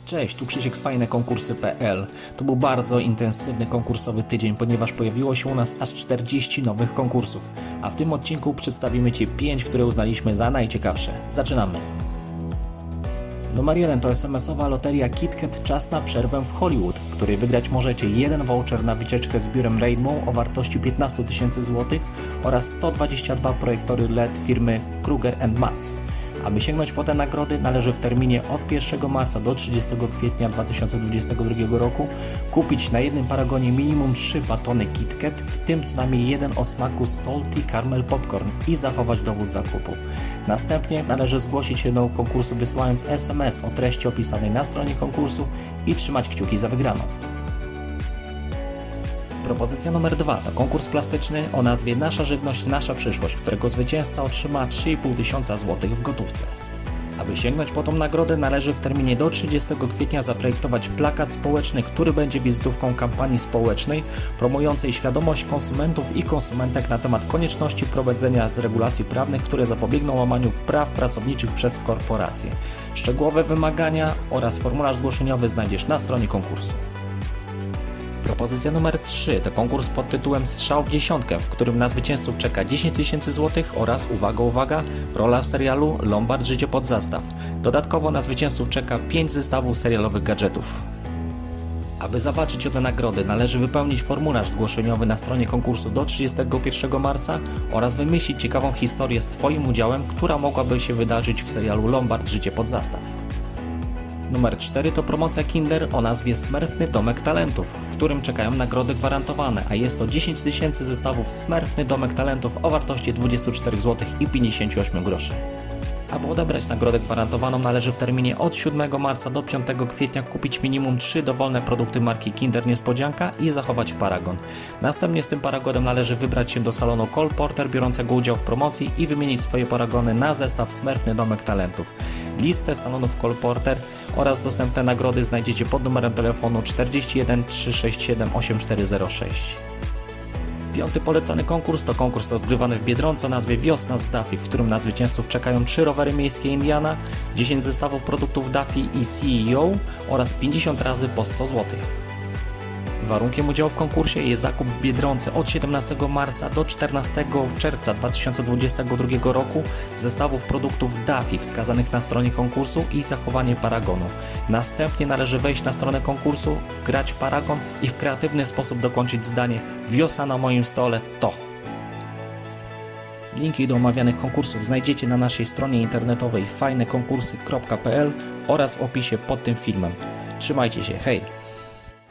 Cześć, tu Krzysiek z fajnekonkursy.pl. To był bardzo intensywny konkursowy tydzień, ponieważ pojawiło się u nas aż 40 nowych konkursów. A w tym odcinku przedstawimy Ci 5, które uznaliśmy za najciekawsze. Zaczynamy! Numer 1 to SMS-owa loteria KitKat Czas na przerwę w Hollywood, w której wygrać możecie jeden voucher na wycieczkę z biurem Rainbow o wartości 15 000 zł oraz 122 projektory LED firmy Kruger & Matz. Aby sięgnąć po te nagrody, należy w terminie od 1 marca do 30 kwietnia 2022 roku kupić na jednym paragonie minimum 3 batony KitKat, w tym co najmniej jeden o smaku Salty Caramel Popcorn i zachować dowód zakupu. Następnie należy zgłosić się do konkursu wysyłając SMS o treści opisanej na stronie konkursu i trzymać kciuki za wygraną. Propozycja numer 2 to konkurs plastyczny o nazwie Nasza żywność, nasza przyszłość, którego zwycięzca otrzyma 3500 zł w gotówce. Aby sięgnąć po tą nagrodę, należy w terminie do 30 kwietnia zaprojektować plakat społeczny, który będzie wizytówką kampanii społecznej promującej świadomość konsumentów i konsumentek na temat konieczności prowadzenia z regulacji prawnych, które zapobiegną łamaniu praw pracowniczych przez korporacje. Szczegółowe wymagania oraz formularz zgłoszeniowy znajdziesz na stronie konkursu. Propozycja numer 3 to konkurs pod tytułem Strzał w dziesiątkę, w którym na zwycięzców czeka 10 000 zł oraz, uwaga, rola w serialu Lombard Życie pod zastaw. Dodatkowo na zwycięzców czeka 5 zestawów serialowych gadżetów. Aby zawalczyć o te nagrody, należy wypełnić formularz zgłoszeniowy na stronie konkursu do 31 marca oraz wymyślić ciekawą historię z Twoim udziałem, która mogłaby się wydarzyć w serialu Lombard Życie pod zastaw. Numer 4 to promocja Kinder o nazwie Smurfny Domek Talentów, w którym czekają nagrody gwarantowane, a jest to 10 000 zestawów Smurfny Domek Talentów o wartości 24 zł i 58 groszy. Aby odebrać nagrodę gwarantowaną, należy w terminie od 7 marca do 5 kwietnia kupić minimum 3 dowolne produkty marki Kinder Niespodzianka i zachować paragon. Następnie z tym paragonem należy wybrać się do salonu Cole Porter biorącego udział w promocji i wymienić swoje paragony na zestaw Smurfny Domek Talentów. Listę salonów Cole Porter oraz dostępne nagrody znajdziecie pod numerem telefonu 41 367 8406. Piąty polecany konkurs to konkurs rozgrywany w Biedronce o nazwie Wiosna z Daffy, w którym na zwycięzców czekają 3 rowery miejskie Indiana, 10 zestawów produktów Daffy i CEO oraz 50 razy po 100 zł. Warunkiem udziału w konkursie jest zakup w Biedronce od 17 marca do 14 czerwca 2022 roku zestawów produktów Daffy wskazanych na stronie konkursu i zachowanie paragonu. Następnie należy wejść na stronę konkursu, wgrać paragon i w kreatywny sposób dokończyć zdanie Wiosna na moim stole to. Linki do omawianych konkursów znajdziecie na naszej stronie internetowej fajnekonkursy.pl oraz w opisie pod tym filmem. Trzymajcie się, hej!